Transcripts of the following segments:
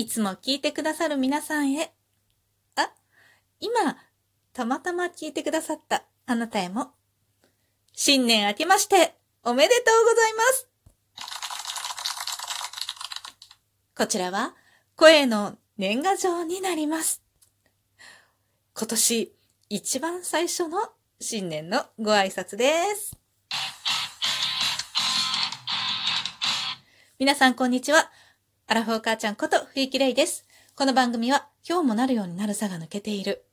いつも聞いてくださる皆さんへ。今、たまたま聞いてくださったあなたへも、新年明けましておめでとうございます。こちらは声の年賀状になります。今年一番最初の新年のご挨拶です。皆さんこんにちは。アラフォー母ちゃんこと冬木玲です。この番組は今日もなるようになるさが抜けている。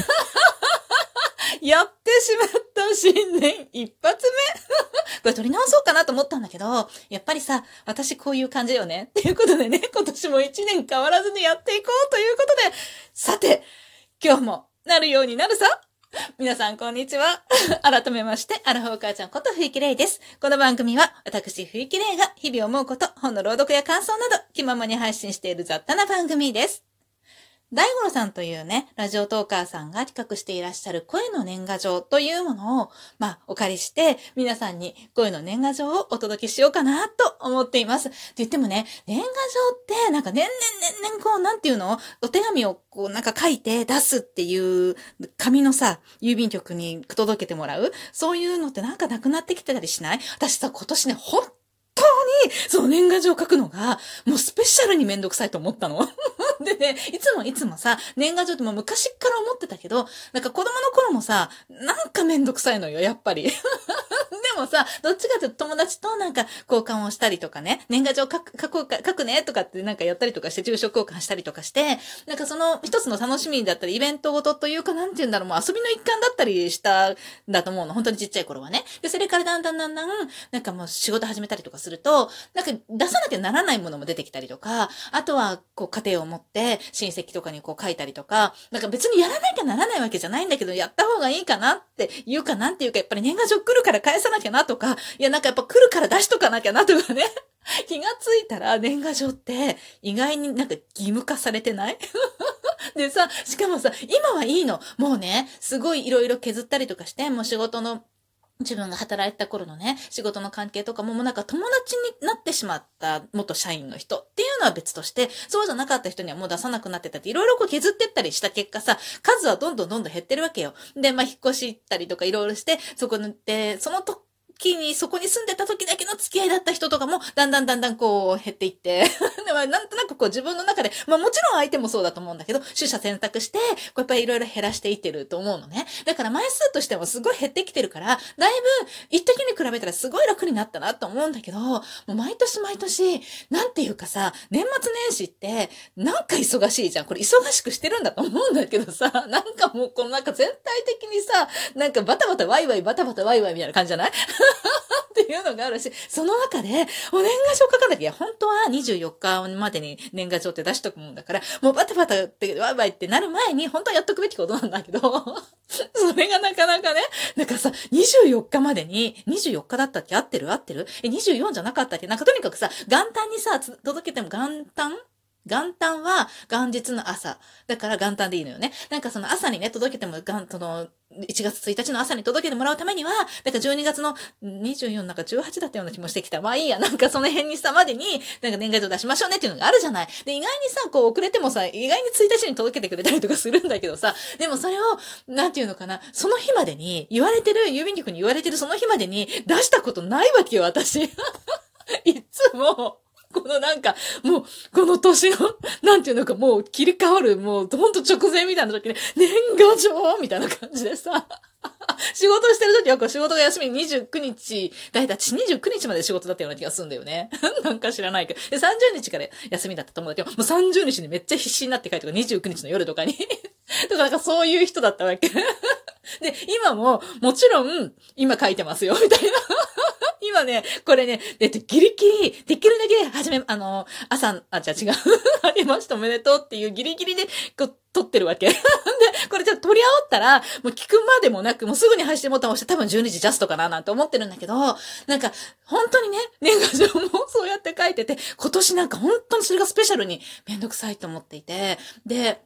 やってしまった新年一発目これ撮り直そうかなと思ったんだけど、やっぱりさ、私こういう感じよね。っていうことでね、今年も一年変わらずにやっていこうということで、さて、今日もなるようになるさ。皆さんこんにちは。改めまして、アラフォー母ちゃんこと冬木玲です。この番組は、私冬木玲が日々思うこと、本の朗読や感想など、気ままに配信している雑多な番組です。大五郎さんというね、ラジオトーカーさんが企画していらっしゃる声の年賀状というものを、お借りして、皆さんに声の年賀状をお届けしようかなと思っています。って言ってもね、年賀状ってなんか年々こう、なんていうの？お手紙をこうなんか書いて出すっていう紙のさ、郵便局に届けてもらう？そういうのってなんかなくなってきてたりしない？私さ、今年ね、本当にその年賀状を書くのがもうスペシャルにめんどくさいと思ったの。でね、いつもさ、年賀状ってもう昔から思ってたけど、なんか子供の頃もさ、なんかめんどくさいのよ、やっぱり。でもさ、どっちかというと友達となんか交換をしたりとかね、年賀状書くねとかってなんかやったりとかして、住所交換したりとかして、なんかその一つの楽しみだったり、イベントごとというか、なんて言うんだろう、もう遊びの一環だったりしたんだと思うの。本当にちっちゃい頃はね。で、それからだんだん、なんかもう仕事始めたりとかすると、なんか出さなきゃならないものも出てきたりとか、あとはこう家庭を持って親戚とかにこう書いたりとか、なんか別にやらなきゃならないわけじゃないんだけど、やった方がいいかなっていうかなんていうか、やっぱり年賀状来るから返さなきゃなとか、いやなんかやっぱ来るから出しとかなきゃなとかね。気がついたら年賀状って意外になんか義務化されてないでさ、しかもさ、今はいいの。もうね、すごいいろいろ削ったりとかして、もう仕事の自分が働いてた頃のね、仕事の関係とかもなんか友達になってしまった元社員の人っていうのは別として、そうじゃなかった人にはもう出さなくなってたって、いろいろこう削ってったりした結果さ、数はどんどん減ってるわけよ。で、引っ越し行ったりとかいろいろして、そこで、そこに住んでた時だけの付き合いだった人とかも、だんだんこう減っていって、でなんとなくこう自分の中で、もちろん相手もそうだと思うんだけど、取捨選択して、こうやっぱりいろいろ減らしていってると思うのね。だから枚数としてもすごい減ってきてるから、だいぶ一時に比べたらすごい楽になったなと思うんだけど、もう毎年、なんていうかさ、年末年始って、なんか忙しいじゃん。これ忙しくしてるんだと思うんだけどさ、なんかもうこのなんか全体的にさ、なんかバタバタワイワイみたいな感じじゃないっていうのがあるし、その中で、お年賀状書かなきゃ、いや、本当は24日までに年賀状って出しとくもんだから、もうバタバタって、ワイワイってなる前に、本当はやっとくべきことなんだけど、それがなかなかね、なんかさ、24日までに、24日だったっけ？合ってる ?24 じゃなかったっけ？なんかとにかくさ、元旦にさ、届けても元旦は元日の朝。だから元旦でいいのよね。なんかその朝にね、届けても、1月1日の朝に届けてもらうためには、だから12月の24なんか18だったような気もしてきた。まあいいや、なんかその辺にさまでに、なんか年賀状出しましょうねっていうのがあるじゃない。で、意外にさ、こう遅れてもさ、意外に1日に届けてくれたりとかするんだけどさ、でもそれを、なんていうのかな、その日までに、郵便局に言われてるその日までに出したことないわけよ、私。いつも、このなんか、もう、この年の、なんていうのか、もう切り替わる、もう、ほんと直前みたいな時に、年賀状みたいな感じでさ、仕事してる時は、仕事が休み29日、だいたい29日まで仕事だったような気がするんだよね。なんか知らないけど。で、30日から休みだったと思うんだけど、もう30日にめっちゃ必死になって書いてとか、29日の夜とかに。とかなんかそういう人だったわけ。で、今も、もちろん、今書いてますよ、みたいな。今ね、これね、ギリギリ、できるだけ違う。ありましたおめでとうっていうギリギリで、撮ってるわけ。で、これじゃあ撮り合おったら、もう聞くまでもなく、もうすぐに配信ボタンを押して多分12時ジャストかななんて思ってるんだけど、なんか、本当にね、年賀状もそうやって書いてて、今年なんか本当にそれがスペシャルにめんどくさいと思っていて、で、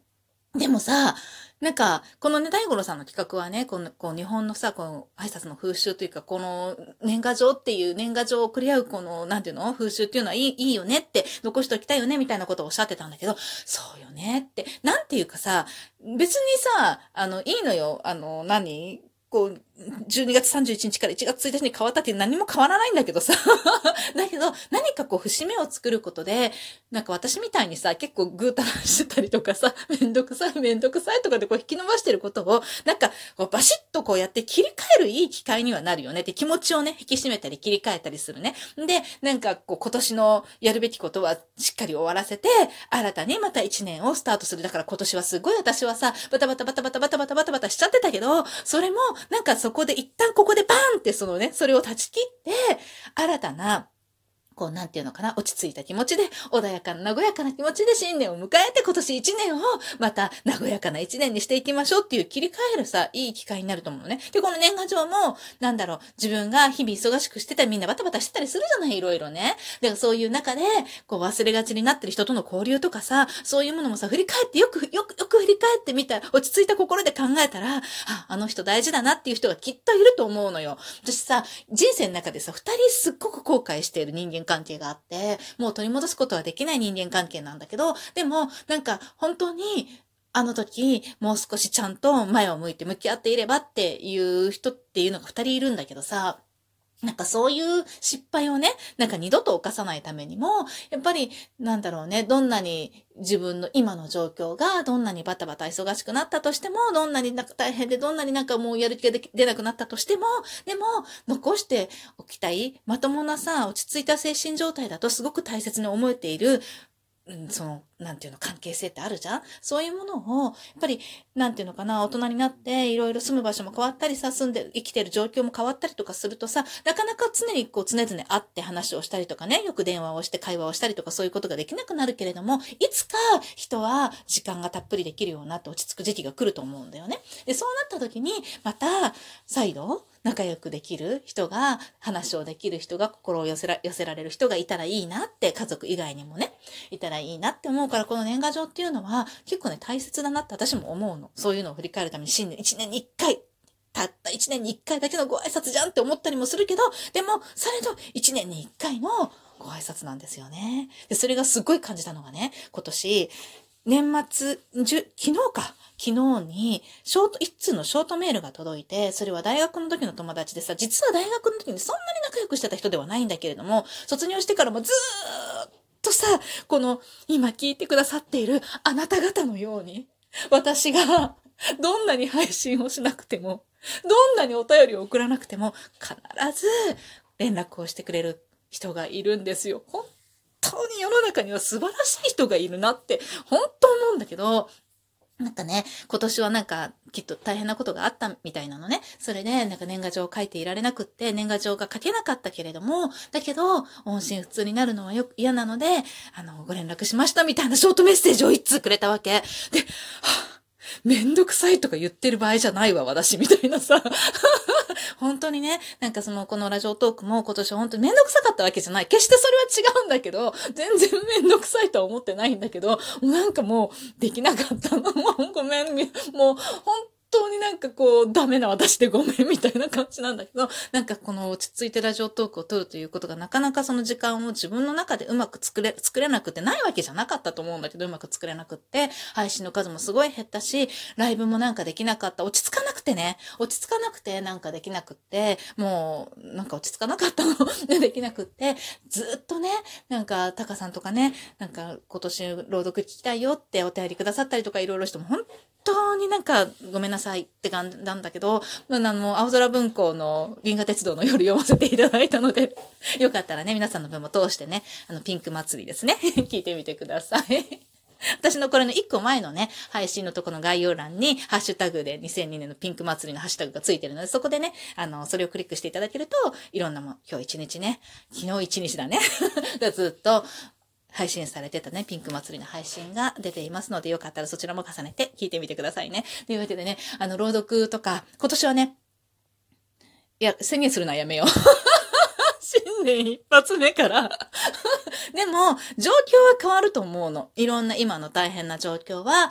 でもさ、なんか、このね、大五郎さんの企画はね、こう日本のさ、この挨拶の風習というか、この年賀状っていう年賀状を送り合うこの、なんていうの風習っていうのはいいよねって、残しておきたいよねみたいなことをおっしゃってたんだけど、そうよねって、なんていうかさ、別にさ、いいのよ、こう、12月31日から1月1日に変わったって何も変わらないんだけどさ。だけど、何かこう、節目を作ることで、なんか私みたいにさ、結構ぐーたらしてたりとかさ、めんどくさいとかでこう引き伸ばしてることを、なんか、こうバシッとこうやって切り替えるいい機会にはなるよねって気持ちをね、引き締めたり切り替えたりするね。で、なんかこう今年のやるべきことはしっかり終わらせて、新たにまた1年をスタートする。だから今年はすごい私はさ、バタバタしちゃってたけど、それもなんかそこで一旦ここでバーンってそのね、それを断ち切って、新たなこう、なんていうのかな、落ち着いた気持ちで、穏やかな、和やかな気持ちで新年を迎えて、今年1年を、また、和やかな1年にしていきましょうっていう切り替えるさ、いい機会になると思うのね。で、この年賀状も、なんだろう、自分が日々忙しくしてたり、みんなバタバタしてたりするじゃない、いろいろね。で、そういう中で、こう、忘れがちになってる人との交流とかさ、そういうものもさ、振り返って、よく振り返ってみた、落ち着いた心で考えたら、あの人大事だなっていう人がきっといると思うのよ。私さ、人生の中でさ、二人すっごく後悔している人間関係があって、もう取り戻すことはできない人間関係なんだけど、でも、なんか、本当に、あの時、もう少しちゃんと前を向いて向き合っていればっていう人っていうのが二人いるんだけどさ、なんかそういう失敗をね、なんか二度と犯さないためにも、やっぱり、なんだろうね、どんなに自分の今の状況が、どんなにバタバタ忙しくなったとしても、どんなになんか大変で、どんなになんかもうやる気が出なくなったとしても、でも、残しておきたい、まともなさ、落ち着いた精神状態だとすごく大切に思えている、その、なんていうの、関係性ってあるじゃん。そういうものを、やっぱり、なんていうのかな、大人になって、いろいろ住む場所も変わったりさ、生きてる状況も変わったりとかするとさ、なかなか常にこう、常々会って話をしたりとかね、よく電話をして会話をしたりとか、そういうことができなくなるけれども、いつか人は時間がたっぷりできるようになって落ち着く時期が来ると思うんだよね。で、そうなった時に、また、再度、仲良くできる人が、話をできる人が、心を寄せられる人がいたらいいなって、家族以外にもね、いたらいいなって思うから、この年賀状っていうのは、結構ね、大切だなって私も思うの。そういうのを振り返るために、新年1年に1回、たった1年に1回だけのご挨拶じゃんって思ったりもするけど、でも、されど1年に1回のご挨拶なんですよね。で、それがすごい感じたのがね、今年、年末、昨日に、一通のショートメールが届いて、それは大学の時の友達でさ、実は大学の時にそんなに仲良くしてた人ではないんだけれども、卒業してからもずーっとさ、この、今聞いてくださっているあなた方のように、私が、どんなに配信をしなくても、どんなにお便りを送らなくても、必ず連絡をしてくれる人がいるんですよ。本当に世の中には素晴らしい人がいるなって、本当思うんだけど、なんかね、今年はなんか、きっと大変なことがあったみたいなのね。それで、なんか年賀状を書いていられなくって、年賀状が書けなかったけれども、だけど、音信不通になるのは嫌なので、ご連絡しましたみたいなショートメッセージを一通くれたわけ。で、はぁ、めんどくさいとか言ってる場合じゃないわ、私、みたいなさ。本当にね、なんかこのラジオトークも今年は本当にめんどくさかったわけじゃない。決してそれは違うんだけど、全然めんどくさいとは思ってないんだけど、なんかもうできなかったの。もうごめん、もう本当になんかこう、ダメな私でごめんみたいな感じなんだけど、なんかこの落ち着いてラジオトークを撮るということがなかなかその時間を自分の中でうまく作れなくてないわけじゃなかったと思うんだけど、うまく作れなくって、配信の数もすごい減ったし、ライブもなんかできなかった。落ち着かなくてなんかできなくって、もうなんか落ち着かなかったのできなくって、ずっとね、なんかタカさんとかね、なんか今年朗読聞きたいよってお便りくださったりとかいろいろしても本当になんかごめんなさいって感じなんだけど、青空文庫の銀河鉄道の夜読ませていただいたので、よかったらね、皆さんの分も通してね、ピンク祭りですね、聞いてみてください。私のこれの1個前のね、配信のとこの概要欄に、ハッシュタグで2002年のピンク祭りのハッシュタグがついてるので、そこでね、それをクリックしていただけると、いろんなもん、今日一日ね、昨日一日だね、がずっと、配信されてたね、ピンク祭りの配信が出ていますので、よかったらそちらも重ねて聞いてみてくださいね。というわけでね、朗読とか、今年はね、いや、宣言するのはやめよう。新年一発目から。でも、状況は変わると思うの。いろんな今の大変な状況は、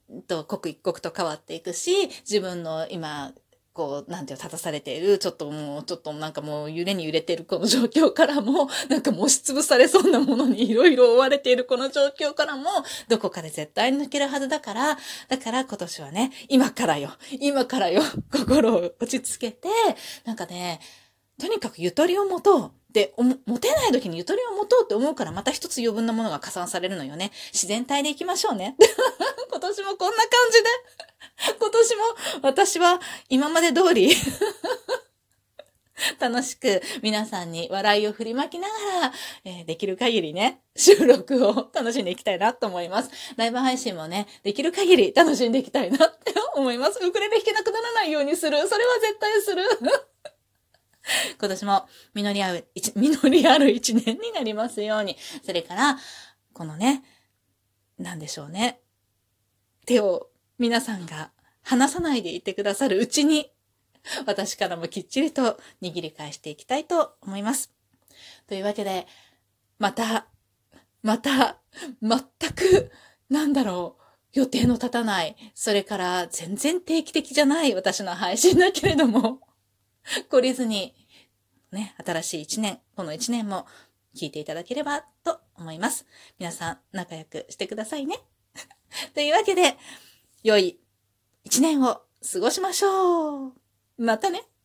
刻一刻と変わっていくし、自分の今、立たされている、ちょっとなんかもう揺れに揺れているこの状況からも、なんかもう押しつぶされそうなものにいろいろ追われているこの状況からも、どこかで絶対に抜けるはずだから、今年はね、今からよ、心を落ち着けて、なんかね、とにかくゆとりを持とう。で、持てない時にゆとりを持とうって思うからまた一つ余分なものが加算されるのよね。自然体でいきましょうね。今年もこんな感じで。今年も私は今まで通り楽しく皆さんに笑いを振りまきながら、できる限りね、収録を楽しんでいきたいなと思います。ライブ配信もね、できる限り楽しんでいきたいなって思います。ウクレレ弾けなくならないようにする。それは絶対する。今年も実りある一年になりますように。それから、このね、なんでしょうね。手を皆さんが離さないでいてくださるうちに、私からもきっちりと握り返していきたいと思います。というわけで、また、全く、予定の立たない、それから全然定期的じゃない私の配信だけれども、懲りずに、ね、新しい一年、この一年も聞いていただければと思います。皆さん仲良くしてくださいね。というわけで、良い一年を過ごしましょう。またね。